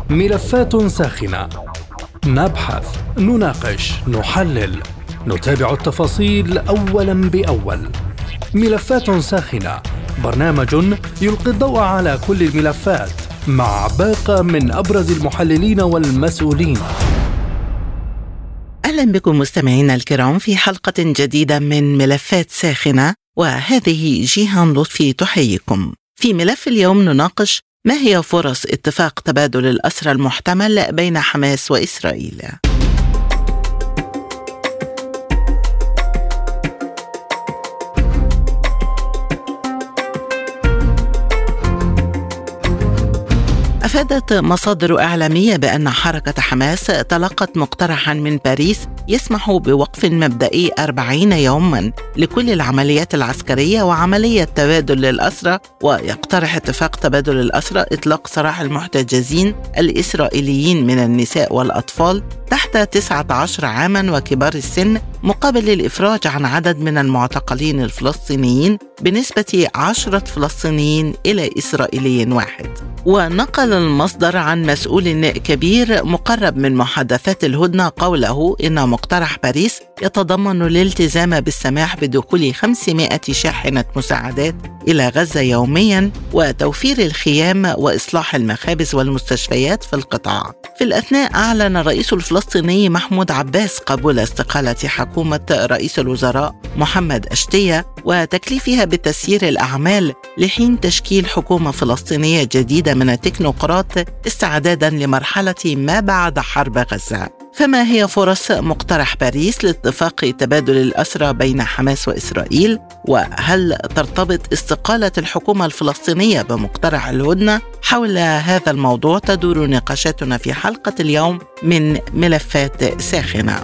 ملفات ساخنة، نبحث، نناقش، نحلل، نتابع التفاصيل أولاً بأول. ملفات ساخنة، برنامج يلقي الضوء على كل الملفات مع باقة من أبرز المحللين والمسؤولين. أهلا بكم مستمعينا الكرام في حلقة جديدة من ملفات ساخنة، وهذه جيهان لطفي تحييكم. في ملف اليوم نناقش ما هي فرص اتفاق تبادل الأسرى المحتمل بين حماس وإسرائيل. أفادت مصادر إعلامية بأن حركة حماس تلقت مقترحاً من باريس يسمح بوقف مبدئي 40 يوماً لكل العمليات العسكرية وعملية تبادل للأسرى، ويقترح اتفاق تبادل الأسرى إطلاق سراح المحتجزين الإسرائيليين من النساء والأطفال تحت 19 عاماً وكبار السن مقابل الإفراج عن عدد من المعتقلين الفلسطينيين بنسبة 10 فلسطينيين إلى إسرائيلي واحد. ونقل المصدر عن مسؤول كبير مقرب من محادثات الهدنة قوله إن مقترح باريس يتضمن الالتزام بالسماح بدخول 500 شاحنة مساعدات إلى غزة يومياً وتوفير الخيام وإصلاح المخابز والمستشفيات في القطاع. في الأثناء أعلن الرئيس الفلسطيني محمود عباس قبول استقالة حكومة رئيس الوزراء محمد أشتية وتكليفها بتسيير الأعمال لحين تشكيل حكومة فلسطينية جديدة من التكنوقراط استعدادا لمرحلة ما بعد حرب غزة. فما هي فرص مقترح باريس لاتفاق تبادل الأسرى بين حماس وإسرائيل؟ وهل ترتبط استقالة الحكومة الفلسطينية بمقترح الهدنة؟ حول هذا الموضوع تدور نقاشاتنا في حلقة اليوم من ملفات ساخنة.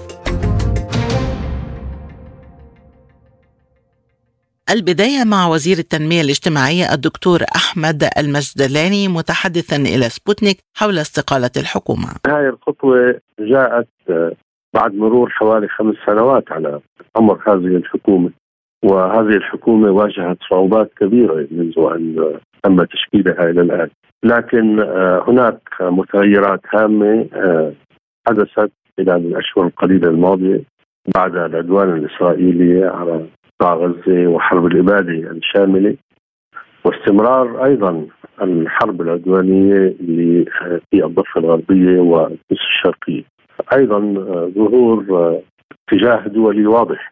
البداية مع وزير التنمية الاجتماعية الدكتور أحمد المجدلاني متحدثا إلى سبوتنيك حول استقالة الحكومة. هذه الخطوة جاءت بعد مرور حوالي 5 سنوات على عمر هذه الحكومة، وهذه الحكومة واجهت صعوبات كبيرة منذ أن تم تشكيلها إلى الآن، لكن هناك متغيرات هامة حدثت خلال الأشهر القليلة الماضية بعد العدوان الإسرائيلي على قطاع غزة وحرب الإبادة الشاملة، واستمرار أيضا الحرب العدوانية اللي في الضفة الغربية والقدس الشرقية. أيضا ظهور اتجاه دولي واضح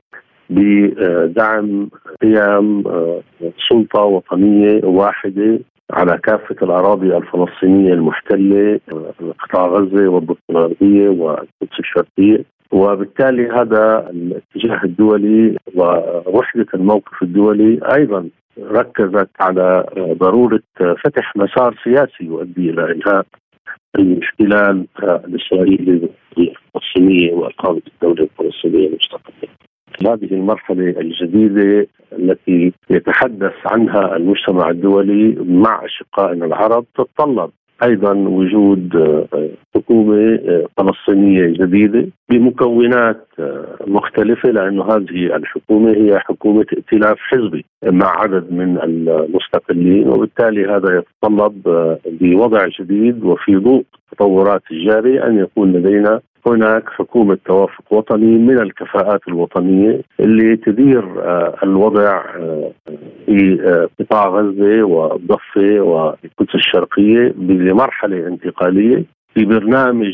بدعم قيام سلطة وطنية واحدة على كافة الأراضي الفلسطينية المحتلة، قطاع غزة والضفة الغربية والقدس الشرقية. وبالتالي هذا الاتجاه الدولي ووحدة الموقف الدولي أيضا ركزت على ضرورة فتح مسار سياسي يؤدي إلى إنهاء الاحتلال الإسرائيلي الفلسطينية وإقامة الدولة الفلسطينية المستقلة. هذه المرحلة الجديدة التي يتحدث عنها المجتمع الدولي مع أشقائنا العرب تتطلب أيضا وجود حكومة فلسطينية جديدة بمكونات مختلفة، لأن هذه الحكومة هي حكومة ائتلاف حزبي مع عدد من المستقلين، وبالتالي هذا يتطلب بوضع جديد وفي ضوء التطورات الجارية أن يكون لدينا هناك حكومة توافق وطني من الكفاءات الوطنية اللي تدير الوضع في قطاع غزة والضفة والقدس الشرقية بمرحلة انتقالية في برنامج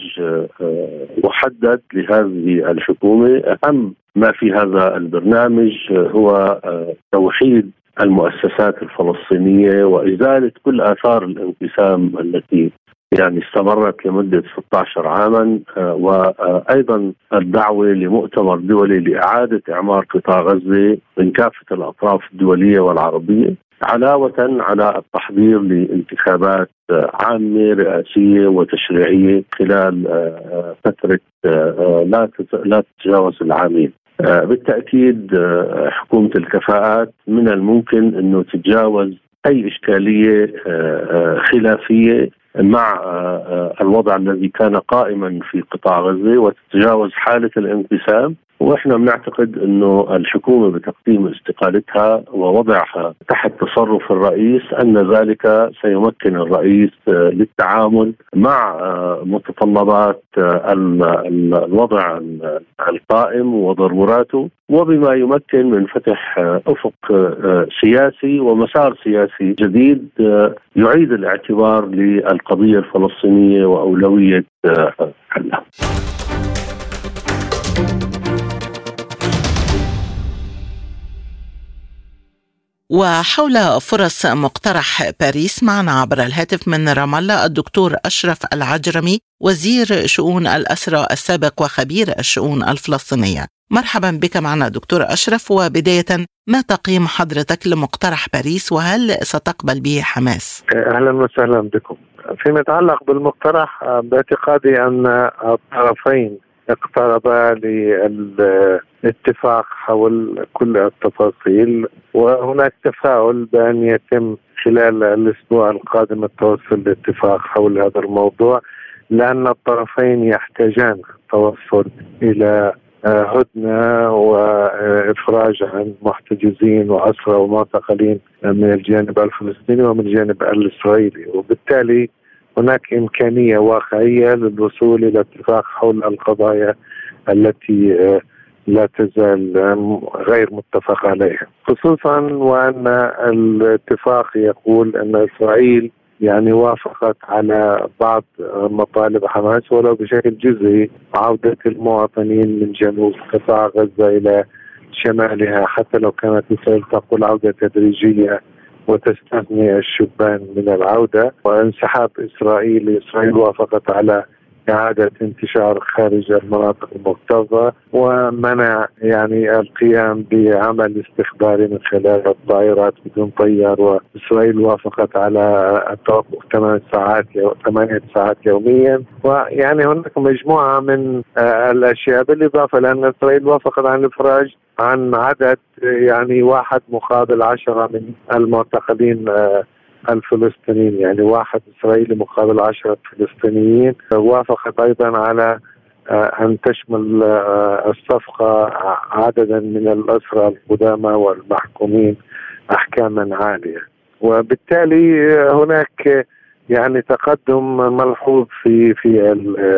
محدد لهذه الحكومة. أهم ما في هذا البرنامج هو توحيد المؤسسات الفلسطينية وإزالة كل آثار الانقسام التي استمرت لمدة 16 عاما، وأيضا الدعوة لمؤتمر دولي لإعادة إعمار قطاع غزة من كافة الأطراف الدولية والعربية، علاوة على التحضير لانتخابات عامة رئاسية وتشريعية خلال فترة لا تتجاوز العامين. بالتأكيد حكومة الكفاءات من الممكن أنه تتجاوز أي إشكالية خلافية مع الوضع الذي كان قائما في قطاع غزة وتتجاوز حالة الانقسام وإحنا بنعتقد أنه الحكومة بتقديم استقالتها ووضعها تحت تصرف الرئيس أن ذلك سيمكن الرئيس للتعامل مع متطلبات الوضع القائم وضروراته، وبما يمكن من فتح أفق سياسي ومسار سياسي جديد يعيد الاعتبار للقضية الفلسطينية وأولوية حلها. وحول فرص مقترح باريس معنا عبر الهاتف من رام الله الدكتور أشرف العجرمي، وزير شؤون الأسرى السابق وخبير الشؤون الفلسطينية. مرحبا بك معنا دكتور أشرف، وبداية ما تقييم حضرتك لمقترح باريس وهل ستقبل به حماس؟ أهلا وسهلا بكم. فيما يتعلق بالمقترح، باعتقادي أن الطرفين اقتربا للاتفاق حول كل التفاصيل، وهناك تفاؤل بأن يتم خلال الأسبوع القادم التوصل لاتفاق حول هذا الموضوع، لأن الطرفين يحتاجان التوصل إلى هدنة وإفراج عن محتجزين وأسرى ومعتقلين من الجانب الفلسطيني ومن الجانب الإسرائيلي، وبالتالي هناك إمكانية واقعية للوصول إلى اتفاق حول القضايا التي لا تزال غير متفق عليها، خصوصا وأن الاتفاق يقول أن إسرائيل وافقت على بعض مطالب حماس ولو بشكل جزئي، عودة المواطنين من جنوب قطاع غزة إلى شمالها، حتى لو كانت إسرائيل تقول عودة تدريجية وتستثني الشبان من العودة، وانسحاب إسرائيل وافقت على إعادة انتشار خارج المناطق المكتظة، ومنع القيام بعمل استخباري من خلال الطائرات بدون طيار، وإسرائيل وافقت على التوقف 8 ساعات يوميا، هناك مجموعة من الأشياء، بالإضافة لأن إسرائيل وافقت على الإفراج عن عدد 1 مقابل 10 من المعتقلين الفلسطينيين، 1 إسرائيلي مقابل 10 فلسطينيين. وافقت أيضا على أن تشمل الصفقة عددا من الأسرى القدامى والمحكومين أحكاما عالية، وبالتالي هناك تقدم ملحوظ في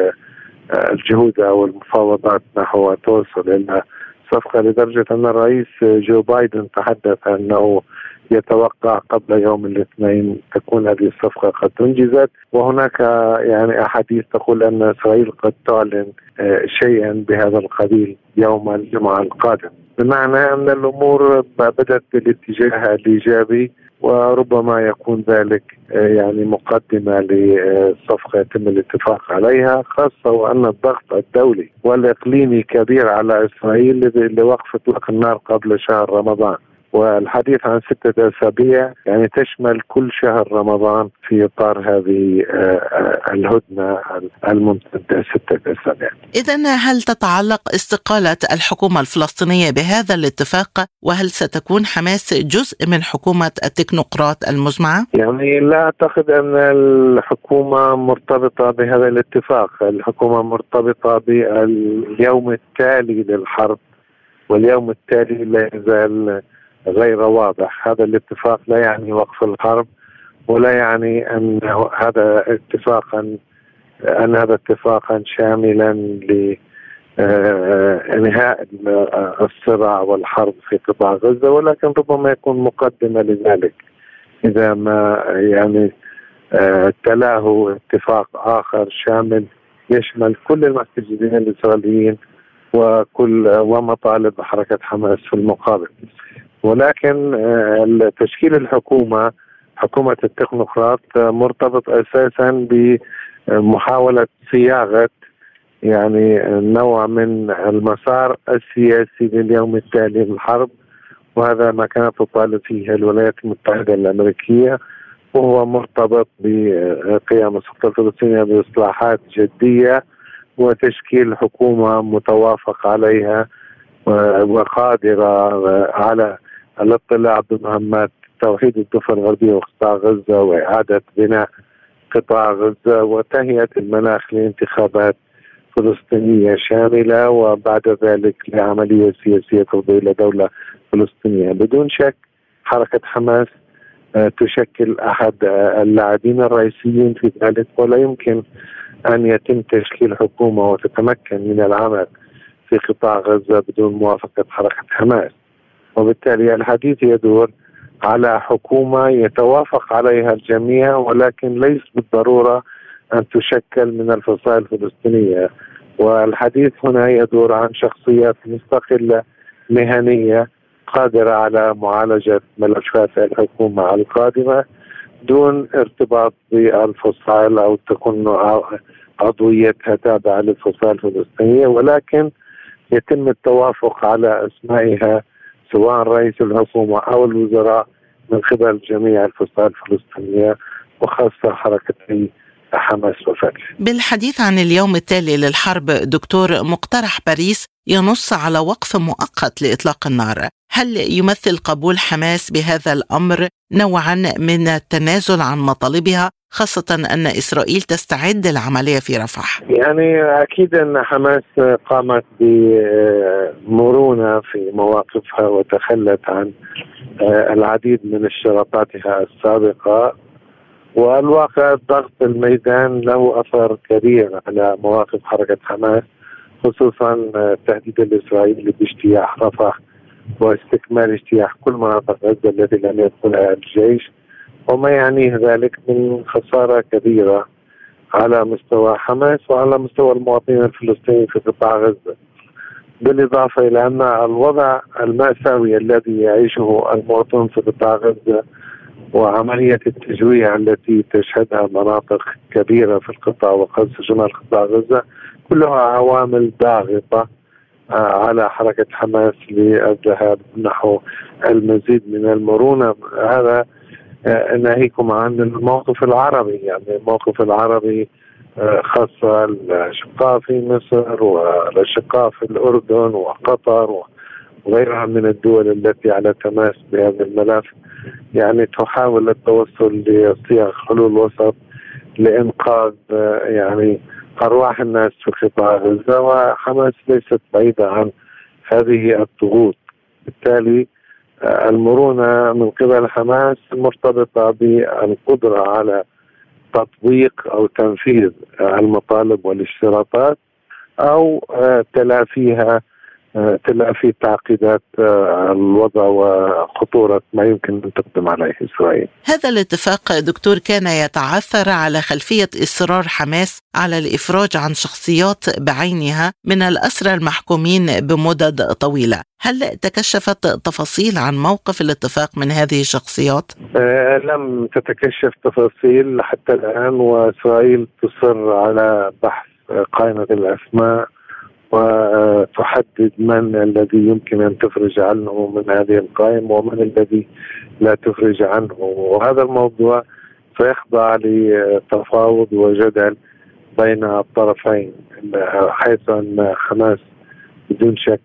الجهود أو المفاوضات نحو التوصل إلى صفقة، لدرجة أن الرئيس جو بايدن تحدث أنه يتوقع قبل يوم الاثنين تكون هذه الصفقة قد انجزت، وهناك أحاديث تقول أن إسرائيل قد تعلن شيئا بهذا القبيل يوم الجمعة القادم، بمعنى أن الأمور بدأت بالاتجاه الإيجابي، وربما يكون ذلك مقدمة لصفقة يتم الاتفاق عليها، خاصة وأن الضغط الدولي والإقليمي كبير على إسرائيل لوقف إطلاق النار قبل شهر رمضان، والحديث عن 6 أسابيع تشمل كل شهر رمضان في إطار هذه الهدنة الممتدة 6 أسابيع. إذن هل تتعلق استقالة الحكومة الفلسطينية بهذا الاتفاق، وهل ستكون حماس جزء من حكومة التكنوقراط المزمعة؟ لا أعتقد أن الحكومة مرتبطة بهذا الاتفاق، الحكومة مرتبطة باليوم التالي للحرب، واليوم التالي لا يزال غير واضح. هذا الاتفاق لا يعني وقف الحرب، ولا يعني أن هذا اتفاقا شاملا لإنهاء الصراع والحرب في قطاع غزة، ولكن ربما يكون مقدمة لذلك إذا ما تلاه اتفاق آخر شامل يشمل كل المحتجزين الإسرائيليين ومطالب حركة حماس في المقابل. ولكن تشكيل الحكومة، حكومة التكنوقراط، مرتبط أساسا بمحاولة صياغة نوع من المسار السياسي لليوم التالي للحرب، وهذا ما كانت تطالب فيه الولايات المتحدة الأمريكية، وهو مرتبط بقيام السلطة الفلسطينية بإصلاحات جدية وتشكيل حكومة متوافق عليها وقادرة على الاطلاع بمهمات توحيد الضفة الغربية وقطاع غزة وإعادة بناء قطاع غزة وتهيئة المناخ لانتخابات فلسطينية شاملة، وبعد ذلك لعملية سياسية تفضي إلى دولة فلسطينية. بدون شك حركة حماس تشكل أحد اللاعبين الرئيسيين في ذلك، ولا يمكن أن يتم تشكيل حكومة وتتمكن من العمل في قطاع غزة بدون موافقة حركة حماس. وبالتالي الحديث يدور على حكومة يتوافق عليها الجميع، ولكن ليس بالضرورة أن تشكل من الفصائل الفلسطينية. والحديث هنا يدور عن شخصيات مستقلة مهنية قادرة على معالجة ملفات الحكومة القادمة دون ارتباط بالفصائل أو تكون عضويتها تابعة للفصائل الفلسطينية، ولكن يتم التوافق على أسمائها سواء رئيس الحكومة أو الوزراء من قبل جميع الفصائل الفلسطينية وخاصة حركتي حماس وفتح. بالحديث عن اليوم التالي للحرب دكتور، مقترح باريس ينص على وقف مؤقت لإطلاق النار. هل يمثل قبول حماس بهذا الأمر نوعا من التنازل عن مطالبها، خاصة أن إسرائيل تستعد للعملية في رفح؟ يعني أكيد أن حماس قامت بمرونة في مواقفها وتخلت عن العديد من اشتراطاتها السابقة، والواقع ضغط الميدان له أثر كبير على مواقف حركة حماس، خصوصا التهديد الإسرائيلي باجتياح رفح واستكمال اجتياح كل مناطق غزة التي لم يدخلها الجيش، وما يعنيه ذلك من خسارة كبيرة على مستوى حماس وعلى مستوى المواطنين الفلسطينيين في قطاع غزة. بالإضافة إلى أن الوضع المأساوي الذي يعيشه المواطنون في قطاع غزة وعملية التجويع التي تشهدها مناطق كبيرة في القطاع وخاصة شمال قطاع غزة كلها عوامل ضاغطة على حركة حماس للذهاب نحو المزيد من المرونة. هذا ناهيكم عن الموقف العربي، يعني الموقف العربي خاصة الأشقاء في مصر والأشقاء في الأردن وقطر وغيرها من الدول التي على تماس بهذا الملف، يعني تحاول التوصل لصياغ حلول وسط لإنقاذ يعني أرواح الناس في قطاع غزة، وحماس ليست بعيدة عن هذه الضغوط. بالتالي المرونة من قبل حماس مرتبطة بالقدرة على تطبيق أو تنفيذ المطالب والاشتراطات أو تلافي تعقيدات الوضع وخطورة ما يمكن أن تقدم عليه إسرائيل. هذا الاتفاق دكتور كان يتعثر على خلفية إصرار حماس على الإفراج عن شخصيات بعينها من الأسرى المحكومين بمدد طويلة. هل تكشفت تفاصيل عن موقف الاتفاق من هذه الشخصيات؟ لم تتكشف تفاصيل حتى الآن، وإسرائيل تصر على بحث قائمة الأسماء وتحدد من الذي يمكن أن تفرج عنه من هذه القائمة ومن الذي لا تفرج عنه، وهذا الموضوع سيخضع لتفاوض وجدل بين الطرفين، حيث أن حماس بدون شك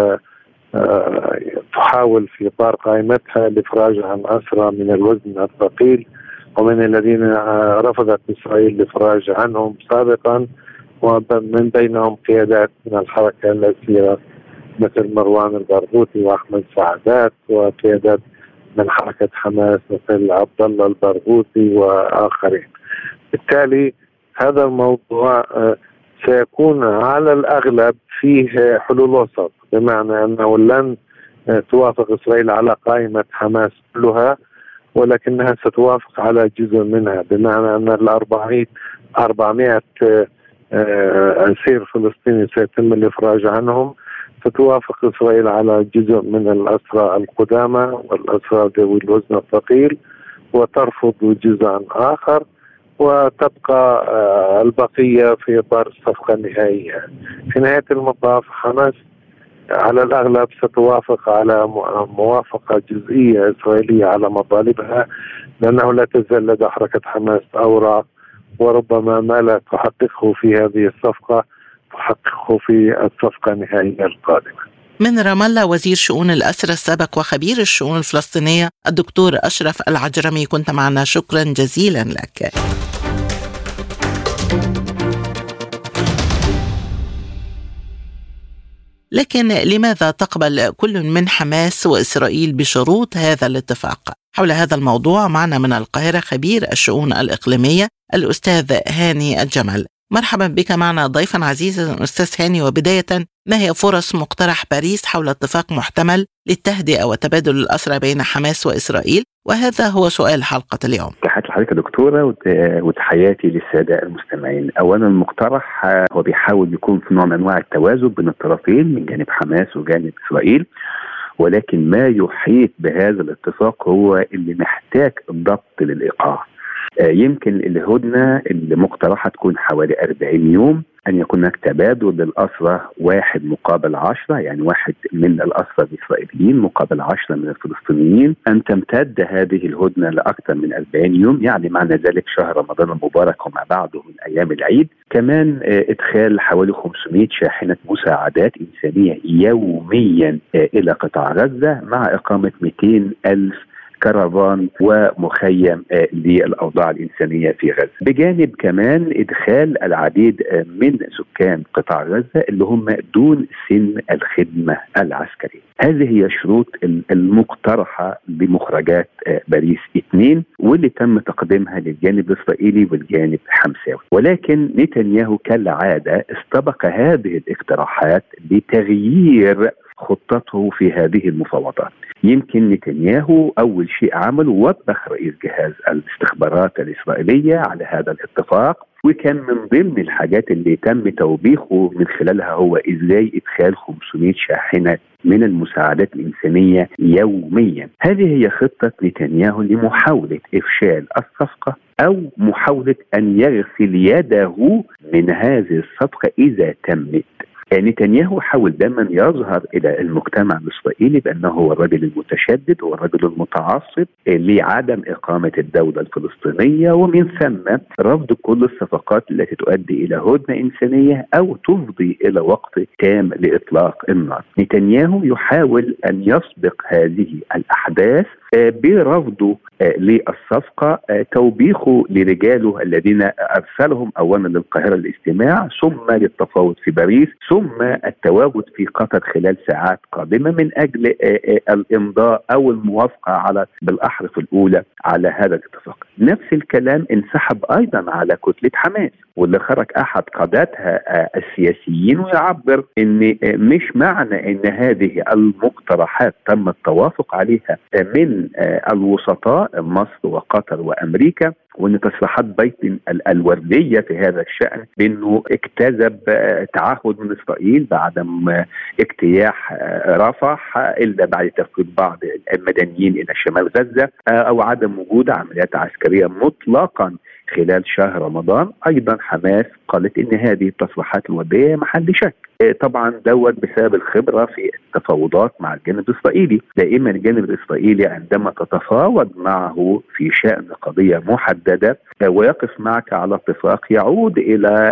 تحاول في إطار قائمتها الإفراج عن أسرى من الوزن الثقيل ومن الذين رفضت إسرائيل الإفراج عنهم سابقا، ومن بينهم قيادات من الحركة الأسيرة مثل مروان البرغوثي وأحمد سعدات، وقيادات من حركة حماس مثل عبد الله البرغوثي وآخرين. بالتالي هذا الموضوع سيكون على الأغلب فيه حلول وسط، بمعنى أنه لن توافق إسرائيل على قائمة حماس كلها، ولكنها ستوافق على جزء منها، بمعنى أن 400 أسير فلسطيني سيتم الإفراج عنهم، ستوافق إسرائيل على جزء من الأسرى القدامى والأسرى ذوي الوزن الثقيل وترفض جزءا آخر، وتبقى البقية في إطار الصفقة النهائية. في نهاية المطاف حماس على الأغلب ستوافق على موافقة جزئية إسرائيلية على مطالبها، لأنه لا تزال لدى حركة حماس أوراق، وربما ما لا تحققه في هذه الصفقة تحققه في الصفقة النهائية القادمة. من رام الله وزير شؤون الأسرى السابق وخبير الشؤون الفلسطينية الدكتور أشرف العجرمي، كنت معنا، شكرا جزيلا لك. لكن لماذا تقبل كل من حماس وإسرائيل بشروط هذا الاتفاق؟ حول هذا الموضوع معنا من القاهرة خبير الشؤون الإقليمية الأستاذ هاني الجمل. مرحبا بك معنا ضيفا عزيزا أستاذ هاني. وبداية، ما هي فرص مقترح باريس حول اتفاق محتمل للتهدئة وتبادل الأسرى بين حماس وإسرائيل؟ وهذا هو سؤال حلقة اليوم. تحياتي لحضرتك دكتورة وتحياتي للسادة المستمعين. أولا، المقترح هو بيحاول يكون في نوع من أنواع التوازن بين الطرفين من جانب حماس وجانب إسرائيل، ولكن ما يحيط بهذا الاتفاق هو اللي محتاج ضبط للإيقاع. يمكن الهدنة اللي مقترحة تكون حوالي 40 يوم، أن يكون هناك تبادل للأسرى 1 مقابل 10، يعني 1 من الأسرى الإسرائيليين مقابل 10 من الفلسطينيين، أن تمتد هذه الهدنة لأكثر من 40 يوم، يعني معنى ذلك شهر رمضان المبارك وما بعده من أيام العيد. كمان إدخال حوالي 500 شاحنة مساعدات إنسانية يوميا إلى قطاع غزة، مع إقامة 200,000 كرفان ومخيم للأوضاع الإنسانية في غزة، بجانب كمان إدخال العديد من سكان قطاع غزة اللي هم دون سن الخدمة العسكرية. هذه هي الشروط المقترحة بمخرجات باريس 2 واللي تم تقديمها للجانب الإسرائيلي والجانب الحمساوي. ولكن نتنياهو كالعادة استبق هذه الاقتراحات بتغيير خطته في هذه المفاوضات. يمكن نتنياهو أول شيء عمله وبخ رئيس جهاز الاستخبارات الإسرائيلية على هذا الاتفاق، وكان من ضمن الحاجات اللي تم توبيخه من خلالها هو إزاي إدخال 500 شاحنة من المساعدات الإنسانية يوميا. هذه هي خطة نتنياهو لمحاولة إفشال الصفقة أو محاولة أن يغسل يده من هذه الصفقة إذا تمت. نتنياهو حاول دائما يظهر الى المجتمع الاسرائيلي بانه هو الرجل المتشدد، هو الرجل المتعصب لعدم اقامه الدوله الفلسطينيه، ومن ثم رفض كل الصفقات التي تؤدي الى هدنه انسانيه او تفضي الى وقف تام لاطلاق النار. نتنياهو يحاول ان يسبق هذه الاحداث برفضه للصفقة، توبيخه لرجاله الذين أرسلهم أولا للقاهرة للاستماع، ثم للتفاوض في باريس، ثم التواجد في قطر خلال ساعات قادمة من أجل الإمضاء أو الموافقة على بالأحرف الأولى على هذا الاتفاق. نفس الكلام انسحب أيضا على كتلة حماس، واللي خرج أحد قادتها السياسيين ويعبر إن مش معنى إن هذه المقترحات تم التوافق عليها من الوسطاء مصر وقطر وأمريكا، وأن تصريحات بايدن الوردية في هذا الشأن بأنه اكتسب تعهد من إسرائيل بعدم اجتياح رفح إلا بعد تفويض بعض المدنيين إلى شمال غزة، أو عدم وجود عمليات عسكرية مطلقا خلال شهر رمضان. أيضا حماس قالت إن هذه التصريحات الوردية محل شك. طبعا دوت بسبب الخبرة في التفاوضات مع الجانب الإسرائيلي. دائما الجانب الإسرائيلي عندما تتفاوض معه في شأن قضية محددة ويقف معك على اتفاق يعود إلى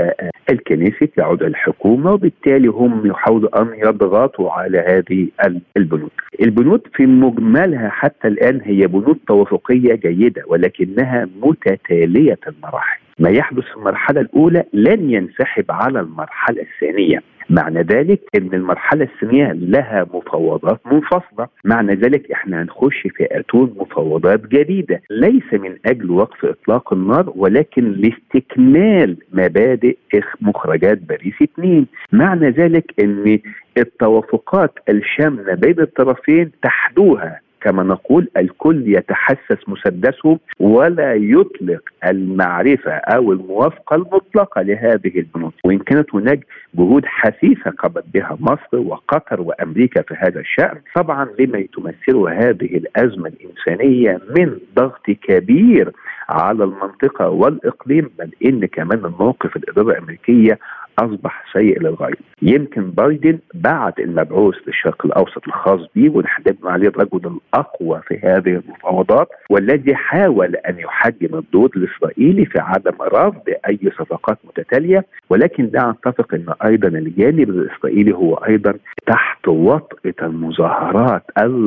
الكنيسة، يعود الحكومة، وبالتالي هم يحاولوا أن يضغطوا على هذه البنود. البنود في مجملها حتى الآن هي بنود توافقية جيدة، ولكنها متتالية المراحل. ما يحدث في المرحلة الأولى لن ينسحب على المرحلة الثانية. معنى ذلك ان المرحلة الثانية لها مفاوضات منفصلة. معنى ذلك احنا هنخش في اتون مفاوضات جديدة، ليس من اجل وقف اطلاق النار ولكن لاستكمال مبادئ مخرجات باريس 2. معنى ذلك ان التوافقات الشاملة بين الطرفين تحدوها كما نقول الكل يتحسس مسدسه ولا يطلق المعرفة أو الموافقة المطلقة لهذه البنود. وإن كانت هناك جهود حثيثة قامت بها مصر وقطر وأمريكا في هذا الشأن، طبعا لما تمثله هذه الأزمة الإنسانية من ضغط كبير على المنطقة والإقليم، بل إن كمان الموقف الإدارة الأمريكية أصبح سيء للغاية. يمكن بايدن بعد المبعوث للشرق الأوسط الخاص به ونحددنا عليه الرجل الأقوى في هذه المفاوضات، والذي حاول أن يحجم الضغط الإسرائيلي في عدم رفض أي صفقات متتالية. ولكن دعنا نتفق أن أيضا الجانب الإسرائيلي هو أيضا تحت وطأة المظاهرات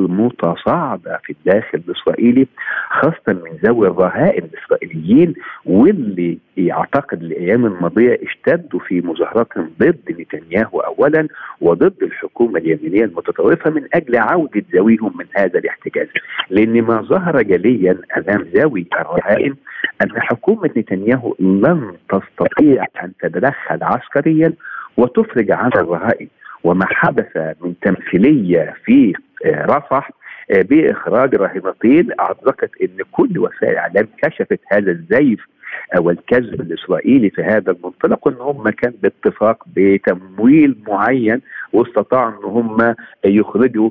المتصاعدة في الداخل الإسرائيلي، خاصة من ذوي الرهائن الإسرائيليين واللي يعتقد الأيام الماضية اشتدوا في مظاهراتهم ضد نتنياهو أولا وضد الحكومة اليمينية المتطرفة من أجل عودة ذويهم من هذا الاحتجاز، لأن ما ظهر جليا أمام ذوي الرهائن أن حكومة نتنياهو لن تستطيع أن تتدخل عسكريا وتفرج عن الرهائن، وما حدث من تمثيلية في رفح بإخراج راهنتين أعتقد أن كل وسائل الإعلام كشفت هذا الزيف والكذب الإسرائيلي في هذا المنطلق، وأن هم كان باتفاق بتمويل معين واستطاعوا أن هم يخرجوا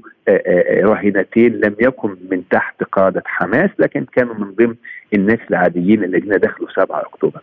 راهنتين لم يكن من تحت قادة حماس لكن كانوا من ضمن الناس العاديين الذين دخلوا 7 أكتوبر.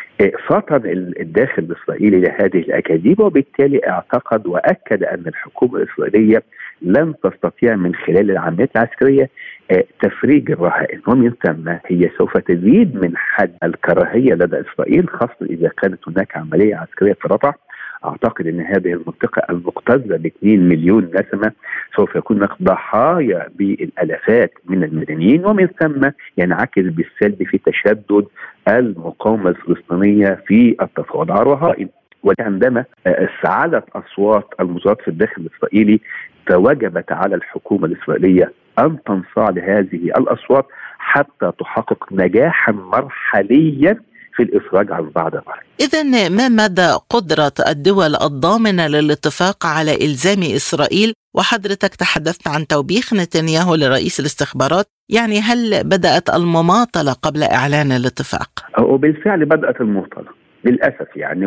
فطن الداخل الإسرائيلي لهذه الأكاذيب، وبالتالي اعتقد وأكد أن الحكومة الإسرائيلية لن تستطيع من خلال العمليات العسكرية تفريج الرهائن، ومن ثم هي سوف تزيد من حد الكراهية لدى إسرائيل خاصة إذا كانت هناك عملية عسكرية في رفح. أعتقد أن هذه المنطقة المكتظة ب2 مليون نسمة سوف يكون هناك ضحايا بالآلافات من المدنيين، ومن ثم ينعكس بالسلب في تشدد المقاومة الفلسطينية في التفاوض على الرهائن. وعندما استعلت أصوات المظاهرات في الداخل الإسرائيلي فوجبت على الحكومة الإسرائيلية أن تنصاع لهذه الأصوات حتى تحقق نجاحا مرحليا في الإفراج عن بعض الرهائن. إذن ما مدى قدرة الدول الضامنة للاتفاق على إلزام إسرائيل؟ وحضرتك تحدثت عن توبيخ نتنياهو لرئيس الاستخبارات، يعني هل بدأت المماطلة قبل إعلان الاتفاق؟ وبالفعل بدأت المماطلة للأسف، يعني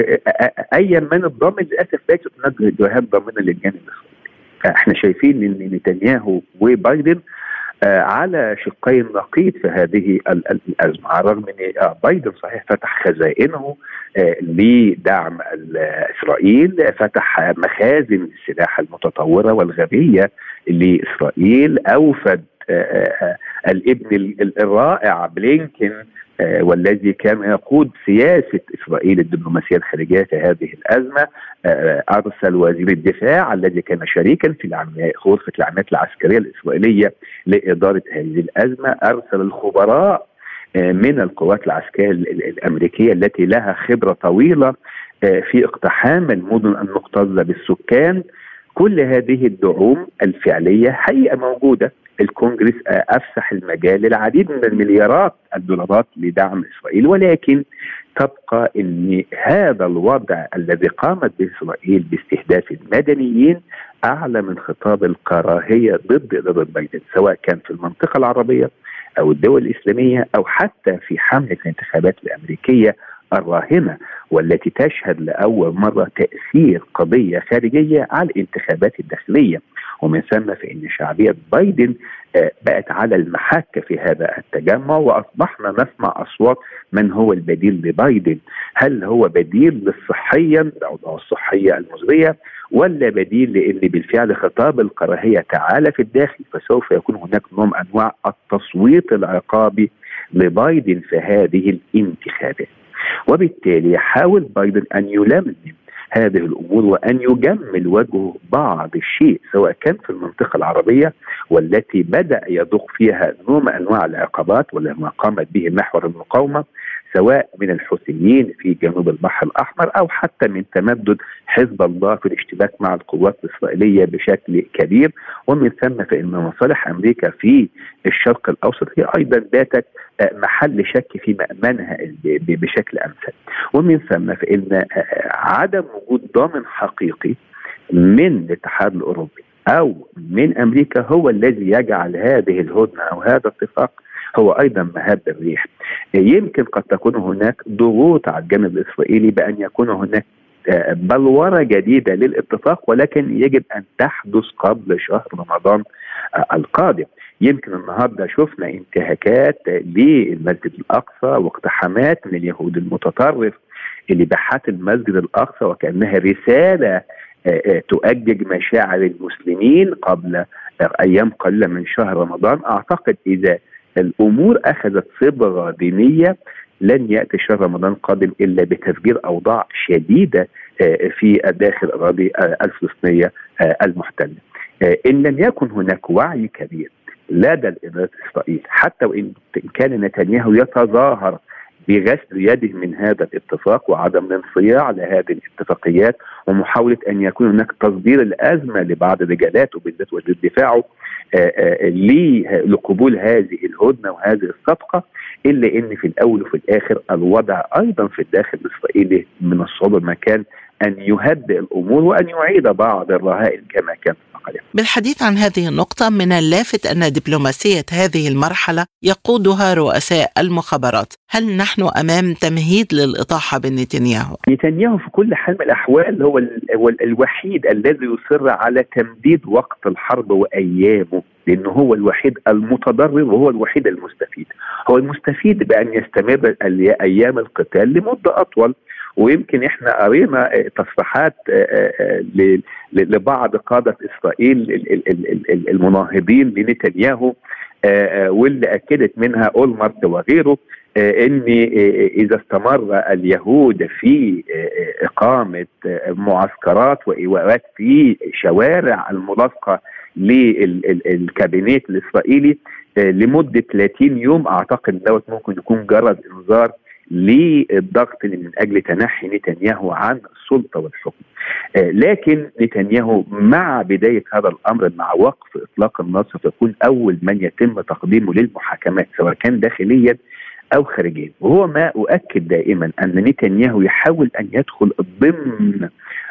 أي من الضامن للأسف ليست هناك جهات ضامنة للجانب الإسرائيلي. احنا شايفين ان نتنياهو وبايدن على شقين نقيض في هذه الأزمة، على الرغم ان بايدن صحيح فتح خزائنه لدعم إسرائيل، فتح مخازن السلاح المتطورة والغبية لإسرائيل، أوفد الابن الرائع بلينكن والذي كان يقود سياسة إسرائيل الدبلوماسية الخارجية في هذه الأزمة، أرسل وزير الدفاع الذي كان شريكا في غرفة العمليات العسكرية الإسرائيلية لإدارة هذه الأزمة، أرسل الخبراء من القوات العسكرية الأمريكية التي لها خبرة طويلة في اقتحام المدن المكتظة بالسكان. كل هذه الدعوم الفعلية حقيقة موجودة. الكونغرس أفسح المجال للعديد من المليارات الدولارات لدعم إسرائيل، ولكن تبقى أن هذا الوضع الذي قامت به إسرائيل باستهداف المدنيين أعلى من خطاب الكراهية ضد إدارة بايدن، سواء كان في المنطقة العربية أو الدول الإسلامية أو حتى في حملة الانتخابات الأمريكية الراهنة والتي تشهد لأول مرة تأثير قضية خارجية على الانتخابات الداخلية. ومن ثم فإن شعبية بايدن بقت على المحك في هذا التجمع، وأصبحنا نسمع أصوات من هو البديل لبايدن، هل هو بديل للصحية أو الصحية المزرية ولا بديل لأن بالفعل خطاب الكراهية تعالى في الداخل، فسوف يكون هناك نوع من أنواع التصويت العقابي لبايدن في هذه الانتخابات. وبالتالي يحاول بايدن أن يلملم هذه الأمور وأن يجمل وجهه بعض الشيء سواء كان في المنطقة العربية والتي بدأ يضخ فيها نوع من أنواع العقابات ولما قامت به محور المقاومة، سواء من الحوثيين في جنوب البحر الأحمر أو حتى من تمدد حزب الله في الاشتباك مع القوات الإسرائيلية بشكل كبير. ومن ثم فإن مصالح أمريكا في الشرق الأوسط هي أيضا باتت محل شك في مأمنها بشكل أمثل. ومن ثم فإن عدم وجود ضامن حقيقي من الاتحاد الأوروبي أو من أمريكا هو الذي يجعل هذه الهدنة أو هذا الاتفاق هو أيضا مهب الريح. يمكن قد تكون هناك ضغوط على الجانب الإسرائيلي بأن يكون هناك بلورة جديدة للاتفاق، ولكن يجب أن تحدث قبل شهر رمضان القادم. يمكن النهارده شفنا انتهاكات للمسجد الأقصى واقتحامات من اليهود المتطرف اللي بحت المسجد الأقصى وكأنها رسالة تؤجج مشاعر المسلمين قبل أيام قليلة من شهر رمضان. أعتقد إذا الأمور أخذت صبغة دينية لن يأتي شهر رمضان قادم إلا بتفجير أوضاع شديدة في داخل الأراضي الفلسطينية المحتلة. إن لم يكن هناك وعي كبير لدى الإدارة الإسرائيلية حتى وإن كان نتنياهو يتظاهر بغسل يده من هذا الاتفاق وعدم الانصياع لهذه الاتفاقيات، ومحاولة أن يكون هناك تصدير الأزمة لبعض رجالاته بالذات وزير دفاعه لقبول هذه الهدنة وهذه الصفقة. إلا أن في الأول وفي الآخر الوضع أيضا في الداخل الإسرائيلي من الصعوبة المكان أن يهدئ الأمور وأن يعيد بعض الرهائن كما كان قبل. بالحديث عن هذه النقطة، من اللافت أن دبلوماسية هذه المرحلة يقودها رؤساء المخابرات. هل نحن أمام تمهيد للإطاحة بنتنياهو؟ نتنياهو في كل حال من الأحوال هو الوحيد الذي يصر على تمديد وقت الحرب وأيامه، لأنه هو الوحيد المتضرر وهو الوحيد المستفيد. هو المستفيد بأن يستمر أيام القتال لمدة أطول. ويمكن احنا قرينا تصريحات لبعض قادة إسرائيل المناهضين لنتنياهو، واللي أكدت منها أولمرت وغيره ان اذا استمر اليهود في اقامة معسكرات وايواءات في شوارع الملاصقة للكابينيت الإسرائيلي لمدة 30 يوم، اعتقد دوت ممكن يكون جرد انذار للضغط من أجل تنحي نتنياهو عن السلطة والحكم. لكن نتنياهو مع بداية هذا الأمر، مع وقف إطلاق النار، سيكون أول من يتم تقديمه للمحاكمات سواء كان داخليا أو خارجيا. وهو ما أؤكد دائما أن نتنياهو يحاول أن يدخل ضمن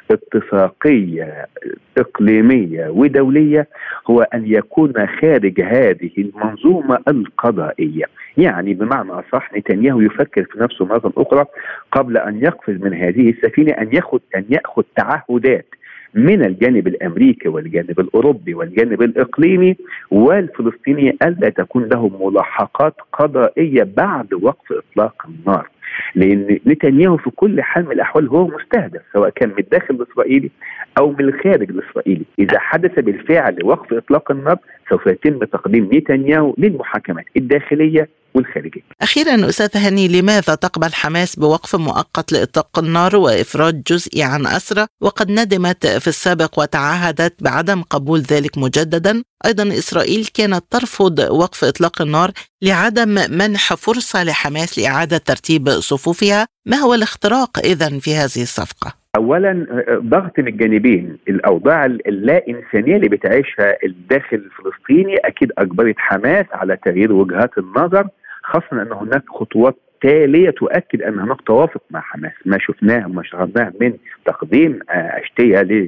اتفاقية إقليمية ودولية، هو أن يكون خارج هذه المنظومة القضائية. يعني بمعنى أصح نتنياهو يفكر في نفسه مرة أخرى قبل أن يقفز من هذه السفينة أن يأخذ تعهدات من الجانب الأمريكي والجانب الأوروبي والجانب الإقليمي والفلسطيني ألا تكون لهم ملاحقات قضائية بعد وقف إطلاق النار. لأن نتنياهو في كل حال من الأحوال هو مستهدف سواء كان من الداخل الإسرائيلي أو من الخارج الإسرائيلي. إذا حدث بالفعل وقف إطلاق النار سوف يتم تقديم نتنياهو للمحاكمات الداخلية والخارجية. أخيرا أستاذ هاني، لماذا تقبل حماس بوقف مؤقت لإطلاق النار وإفراج جزئي عن أسرى، وقد ندمت في السابق وتعهدت بعدم قبول ذلك مجددا؟ أيضا إسرائيل كانت ترفض وقف إطلاق النار لعدم منح فرصة لحماس لإعادة ترتيب صفوفها. ما هو الاختراق إذن في هذه الصفقة؟ أولا ضغط من الجانبين. الأوضاع اللا إنسانية اللي بتعيشها الداخل الفلسطيني أكيد أجبرت حماس على تغيير وجهات النظر، خاصة أن هناك خطوات تالية تؤكد أن هناك توافق مع حماس. ما شفناه وما شاهدناه من تقديم أشتية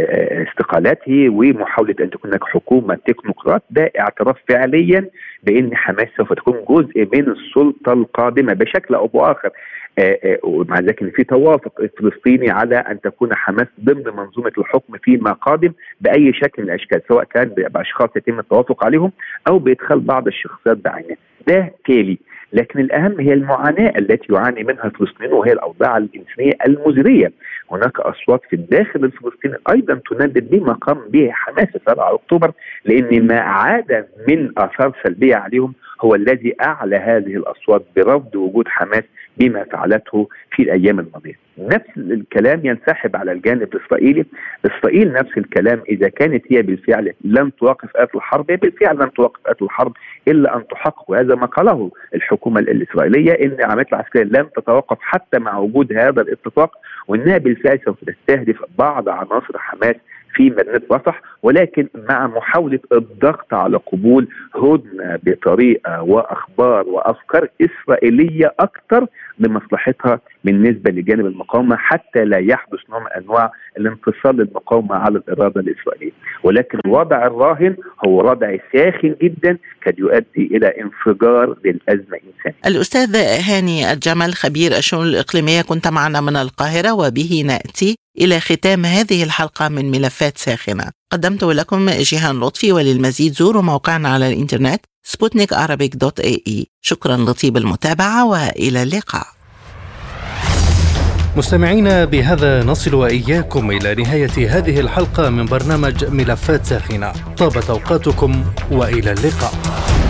لاستقالته ومحاولة أن تكون هناك حكومة تكنوقراط، ده اعتراف فعليا بأن حماس سوف تكون جزء من السلطة القادمة بشكل أو بآخر. ومع ذلك في توافق فلسطيني على أن تكون حماس ضمن منظومة الحكم فيما قادم بأي شكل من الأشكال، سواء كان بأشخاص يتم التوافق عليهم أو بإدخال بعض الشخصيات بعينها. ده تالي. لكن الأهم هي المعاناة التي يعاني منها الفلسطينيين، وهي الأوضاع الإنسانية المزرية. هناك أصوات في الداخل الفلسطيني أيضا تندد بما قام به حماس 7 أكتوبر، لأن ما عاد من آثار سلبية عليهم هو الذي أعلى هذه الأصوات برفض وجود حماس بما فعلته في الأيام الماضية. نفس الكلام ينسحب على الجانب الإسرائيلي. إسرائيل نفس الكلام، إذا كانت هي بالفعل لن توقف آلة الحرب، هي بالفعل لن توقف آلة الحرب إلا أن تحقق، وهذا ما قاله الحكومة الإسرائيلية، إن العمليات العسكرية لن تتوقف حتى مع وجود هذا الاتفاق، وإنها بالفعل سوف تستهدف بعض عناصر حماس في مدينة رفح، ولكن مع محاولة الضغط على قبول هدنة بطريقة وأخبار وأفكار إسرائيلية أكثر لمصلحتها بالنسبة لجانب المقاومة، حتى لا يحدث نوع من أنواع الانتصار للمقاومة على الإرادة الإسرائيلية. ولكن الوضع الراهن هو وضع ساخن جدا قد يؤدي إلى انفجار للأزمة الإنسانية. الأستاذ هاني الجمل، خبير الشؤون الإقليمية، كنت معنا من القاهرة، وبه نأتي إلى ختام هذه الحلقة من ملفات ساخنة. قدمت لكم جيهان لطفي، وللمزيد زوروا موقعنا على الإنترنت sputnikarabic.ae. شكرا لطيب المتابعة وإلى اللقاء. مستمعينا، بهذا نصل وإياكم إلى نهاية هذه الحلقة من برنامج ملفات ساخنة. طابت أوقاتكم وإلى اللقاء.